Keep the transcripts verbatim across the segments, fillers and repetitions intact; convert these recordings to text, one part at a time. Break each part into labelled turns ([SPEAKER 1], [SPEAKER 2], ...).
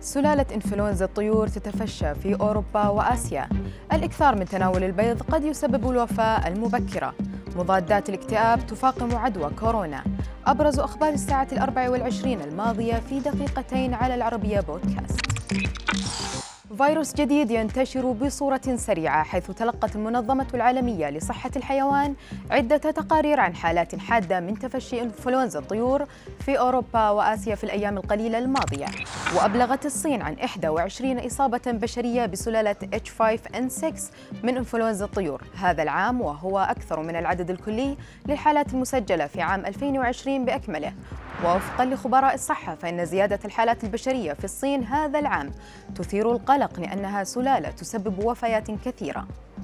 [SPEAKER 1] سلالة إنفلونزا الطيور تتفشى في أوروبا وآسيا. الإكثار من تناول البيض قد يسبب الوفاة المبكرة. مضادات الاكتئاب تفاقم عدوى كورونا. أبرز أخبار الساعة الأربع والعشرين الماضية في دقيقتين على العربية بودكاست. فيروس جديد ينتشر بصورة سريعة، حيث تلقت المنظمة العالمية لصحة الحيوان عدة تقارير عن حالات حادة من تفشي إنفلونزا الطيور في أوروبا وآسيا في الأيام القليلة الماضية. وأبلغت الصين عن إحدى وعشرين إصابة بشرية بسلالة إتش فايف إن سكس من إنفلونزا الطيور هذا العام، وهو أكثر من العدد الكلي للحالات المسجلة في عام ألفين وعشرين بأكمله. ووفقاً لخبراء الصحة، فإن زيادة الحالات البشرية في الصين هذا العام تثير القلق لأنها سلالة تسبب وفيات كثيرة.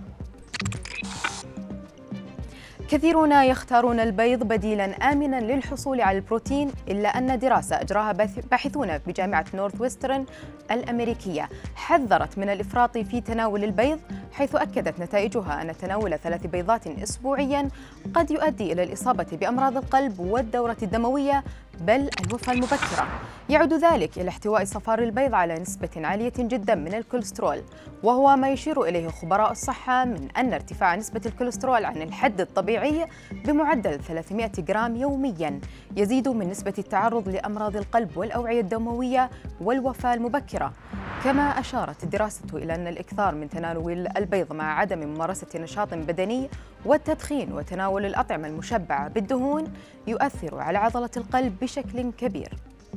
[SPEAKER 1] كثيرون يختارون البيض بديلاً آمناً للحصول على البروتين، إلا أن دراسة أجراها باحثون بجامعة نورث ويسترن الأمريكية حذرت من الإفراط في تناول البيض، حيث أكدت نتائجها أن تناول ثلاث بيضات أسبوعياً قد يؤدي إلى الإصابة بأمراض القلب والدورة الدموية، بل الوفاة المبكرة. يعود ذلك إلى احتواء صفار البيض على نسبة عالية جدا من الكوليسترول، وهو ما يشير إليه خبراء الصحة من أن ارتفاع نسبة الكوليسترول عن الحد الطبيعي بمعدل ثلاثمائة جرام يوميا يزيد من نسبة التعرض لأمراض القلب والأوعية الدموية والوفاة المبكرة. كما أشارت الدراسة إلى أن الإكثار من تناول البيض مع عدم ممارسة نشاط بدني والتدخين وتناول الأطعمة المشبعة بالدهون يؤثر على عضلة القلب بشكل كبير.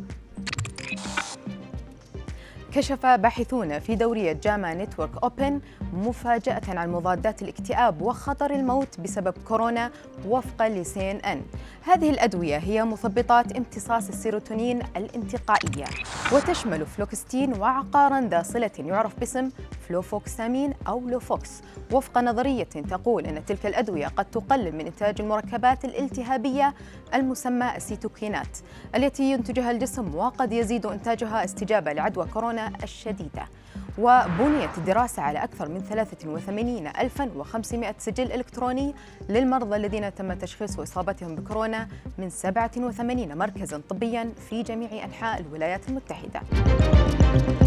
[SPEAKER 1] كشف باحثون في دورية جاما نتورك أوبن مفاجأة عن مضادات الاكتئاب وخطر الموت بسبب كورونا وفقاً لسي إن إن. هذه الأدوية هي مثبطات امتصاص السيروتونين الانتقائية، وتشمل فلوكستين وعقاراً ذا صلة يعرف باسم فلوفوكسامين أو لوفوكس، وفق نظرية تقول أن تلك الأدوية قد تقلل من إنتاج المركبات الالتهابية المسمى السيتوكينات التي ينتجها الجسم، وقد يزيد إنتاجها استجابة لعدوى كورونا الشديدة. وبنيت الدراسة على أكثر من ثلاثة وثمانين ألفاً وخمسمائة سجل إلكتروني للمرضى الذين تم تشخيص إصابتهم بكورونا من سبعة وثمانين مركزاً طبياً في جميع أنحاء الولايات المتحدة.